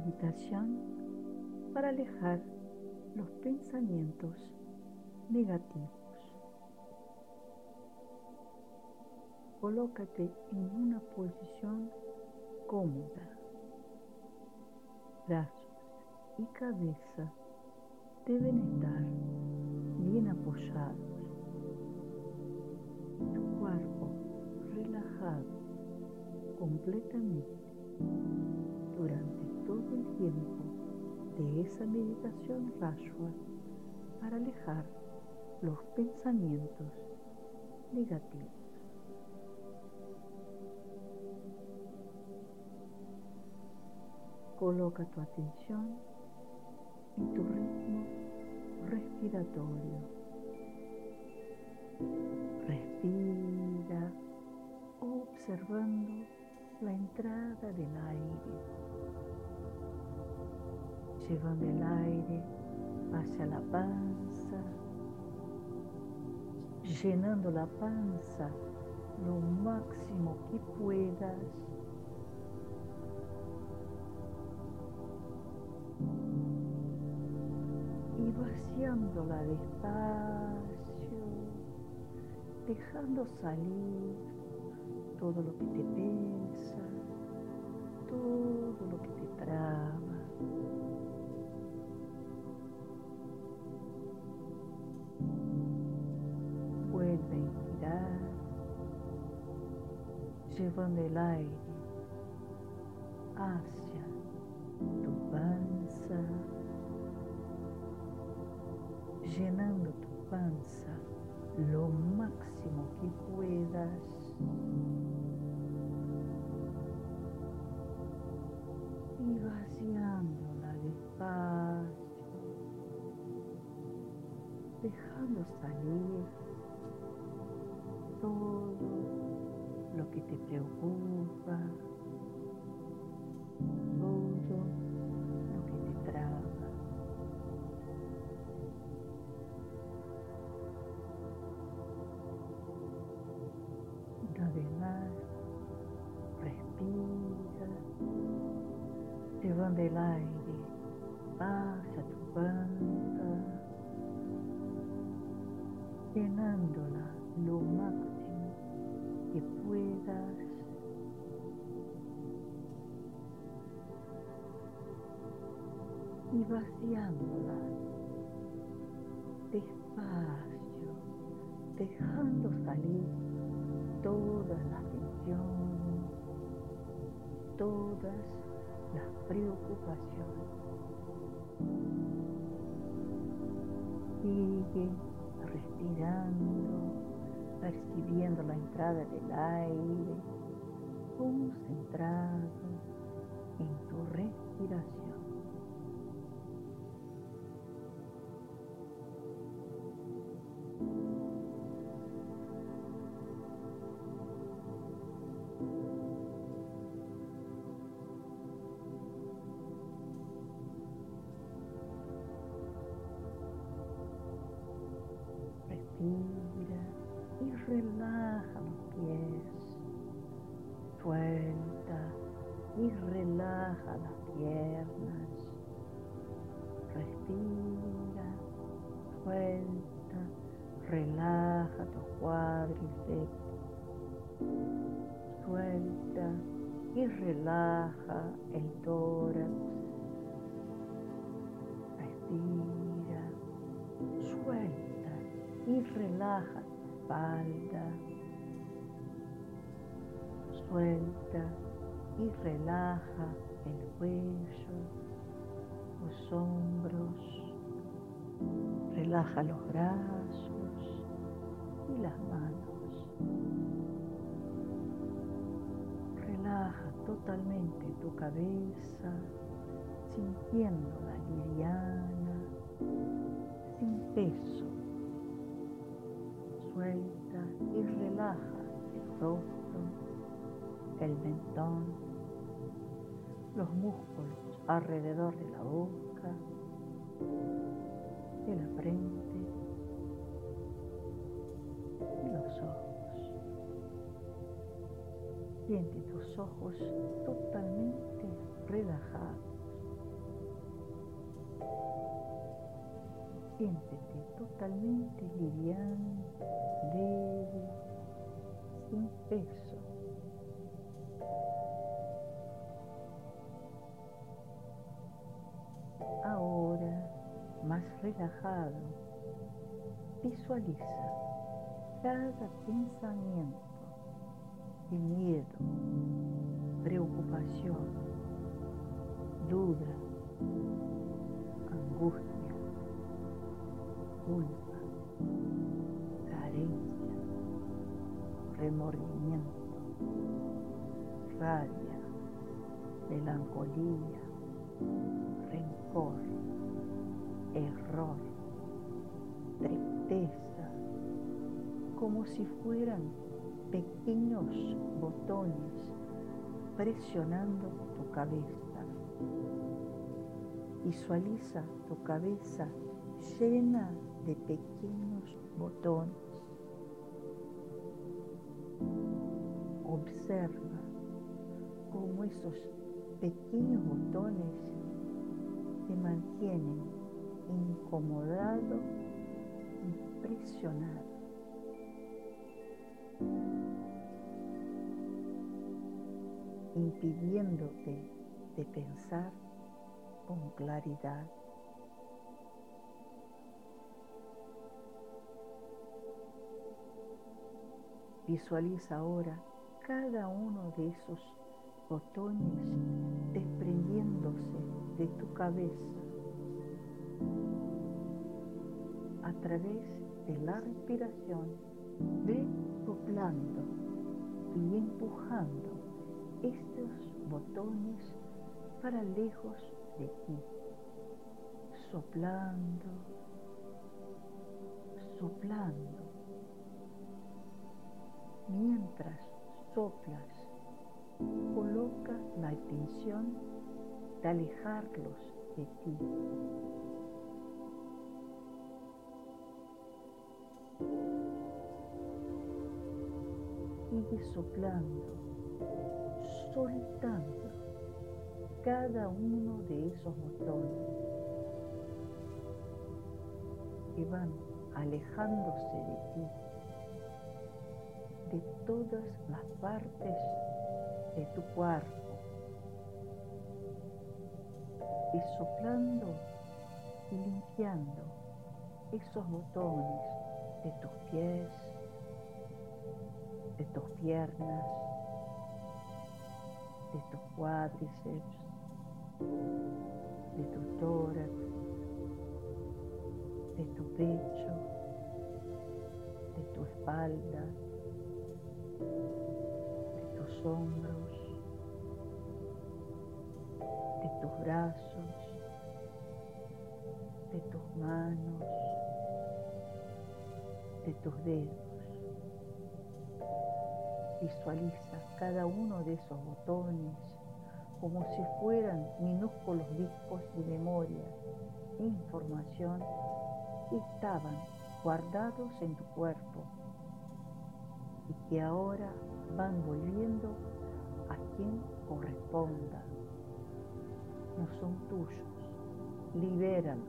meditación para alejar los pensamientos negativos. Colócate en una posición cómoda. Brazos y cabeza deben estar bien apoyados. Tu cuerpo relajado completamente durante todo el tiempo de esa meditación Rashwa para alejar los pensamientos negativos. Coloca tu atención en tu ritmo respiratorio. Respira observando la entrada del aire, llevando el aire hacia la panza, llenando la panza lo máximo que puedas. Y vaciándola despacio, dejando salir todo lo que te pesa, todo lo que te traba. Vuelve a inspirar, llevando el aire hacia tu panza, llenando tu panza lo máximo que puedas. Y vaciándola despacio, dejando salir todo lo que te preocupa, todo lo que te traba. Una vez más, respira, llevando el aire hacia tu panza, llenándola lo máximo que puedas. Y vaciándola despacio, dejando salir todas las tensiones, todas las preocupaciones. Sigue respirando, percibiendo la entrada del aire, concentrado en tu respiración. Respira y relaja los pies, suelta y relaja las piernas, respira, suelta, relaja tu cuádriceps, suelta y relaja el tórax, respira, suelta y relaja tu espalda, suelta y relaja el cuello, los hombros, relaja los brazos y las manos. Relaja totalmente tu cabeza, sintiéndola liviana, sin peso. Suelta y relaja el rostro, el mentón, los músculos alrededor de la boca, de la frente y los ojos. Siente tus ojos totalmente relajados. Siéntete totalmente liviano, leve, sin peso. Ahora, más relajado, visualiza cada pensamiento de miedo, preocupación, duda, angustia, culpa, carencia, remordimiento, rabia, melancolía, rencor, error, tristeza, como si fueran pequeños botones presionando tu cabeza. Visualiza tu cabeza llena de pequeños botones. Observa cómo esos pequeños botones te mantienen incomodado y presionado. Impidiéndote de pensar con claridad. Visualiza ahora cada uno de esos botones desprendiéndose de tu cabeza a través de la respiración. Ve soplando y empujando estos botones para lejos de ti, soplando, soplando. Mientras soplas, coloca la intención de alejarlos de ti. Sigue soplando, soltando cada uno de esos botones que van alejándose de ti, de todas las partes de tu cuerpo, y soplando y limpiando esos botones de tus pies, de tus piernas, de tus cuádriceps, de tu tórax, de tu pecho, de tu espalda, de tus hombros, de tus brazos, de tus manos, de tus dedos. Visualiza cada uno de esos botones como si fueran minúsculos discos de memoria e información que estaban guardados en tu cuerpo y que ahora van volviendo a quien corresponda. No son tuyos, libéralos.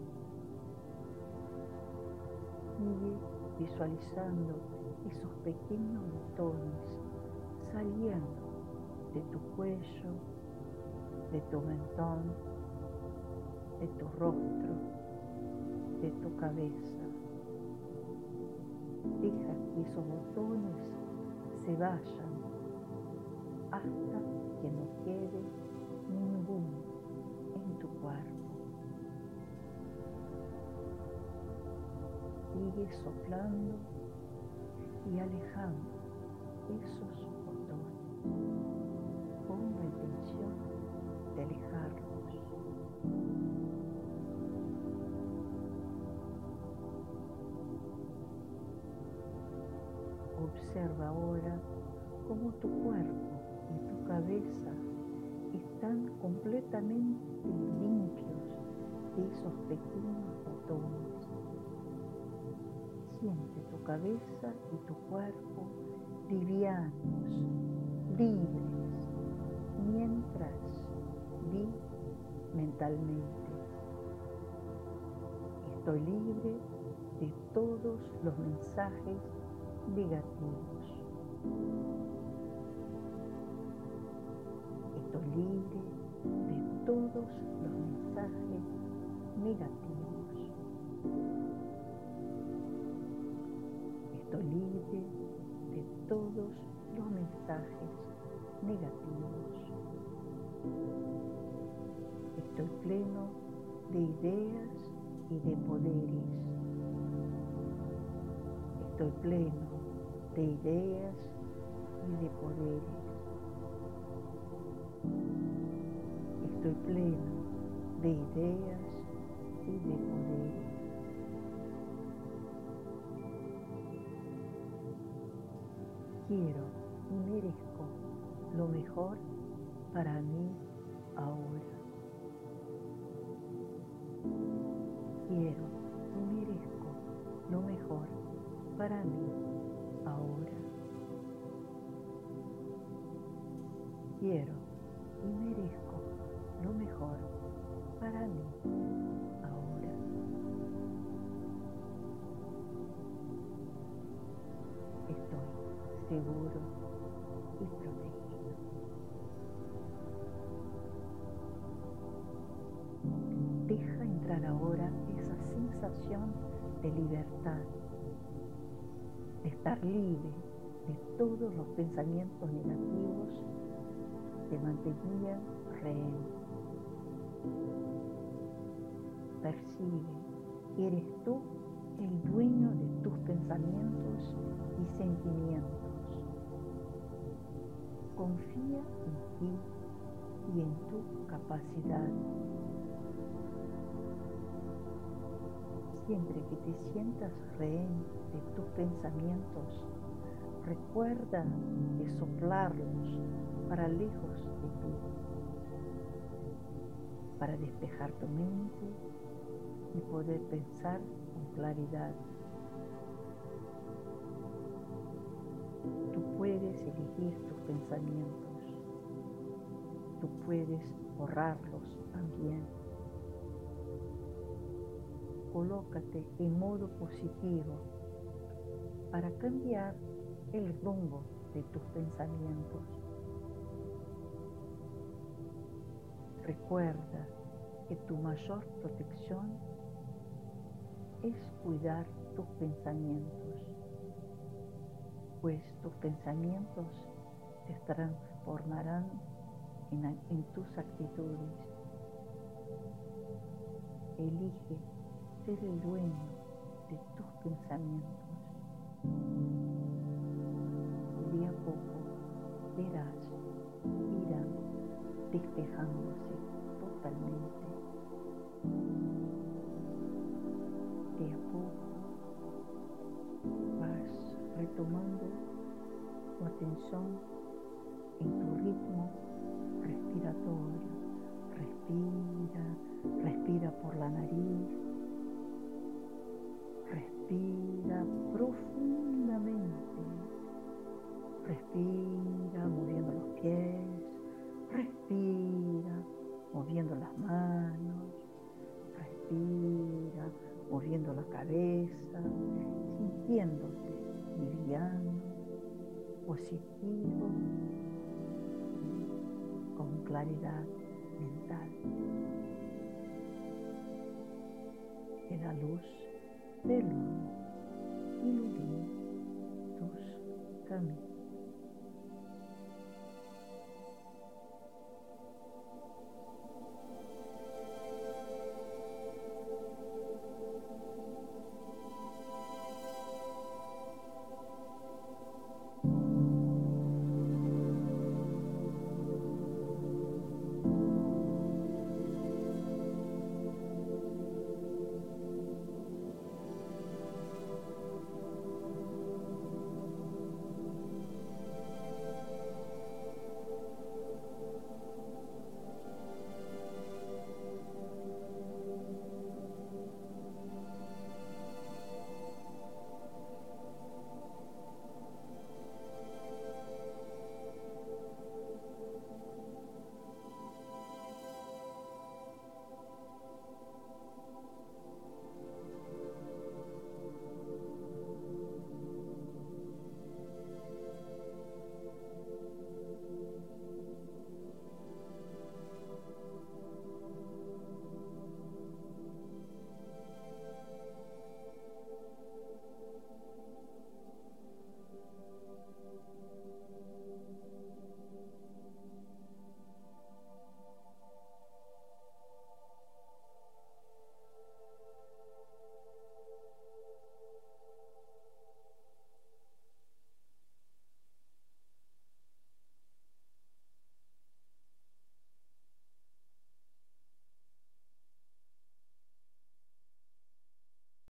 Sigue visualizando esos pequeños botones saliendo de tu cuello, de tu mentón, de tu rostro, de tu cabeza. Deja que esos botones se vayan hasta que no quede ninguno en tu cuerpo. Sigue soplando y alejando esos botones con la intención de alejarlos. Observa ahora cómo tu cuerpo y tu cabeza están completamente limpios de esos pequeños botones. Siente tu cabeza y tu cuerpo livianos, libres, mientras di mentalmente: Estoy libre de todos los mensajes negativos. Estoy libre de todos los mensajes negativos. Estoy libre de todos los mensajes negativos. Estoy pleno de ideas y de poderes. Estoy pleno de ideas y de poderes. Estoy pleno de ideas y de poderes. Quiero y merezco lo mejor para mí ahora. Quiero y merezco lo mejor para mí ahora. Quiero y merezco lo mejor para mí ahora. Estoy seguro y protegido. Deja entrar ahora esa sensación de libertad, de estar libre de todos los pensamientos negativos que te mantenían rehén. Percibe que eres tú el dueño de tus pensamientos y sentimientos. Confía en ti y en tu capacidad. Siempre que te sientas rehén de tus pensamientos, recuerda de soplarlos para lejos de ti, para despejar tu mente y poder pensar con claridad. Tú puedes elegir tus pensamientos, tú puedes borrarlos también. Colócate en modo positivo para cambiar el rumbo de tus pensamientos. Recuerda que tu mayor protección es cuidar tus pensamientos, pues tus pensamientos se transformarán en tus actitudes. Elige ser el dueño de tus pensamientos. Y de a poco verás, irán despejándose totalmente. De a poco vas retomando tu atención en tu ritmo respiratorio. Respira por la nariz. Respira profundamente. Respira moviendo los pies. Respira moviendo las manos. Respira moviendo la cabeza, sintiéndote liviano, positivo, con claridad mental. Que la luz de luz ilumine tus caminos.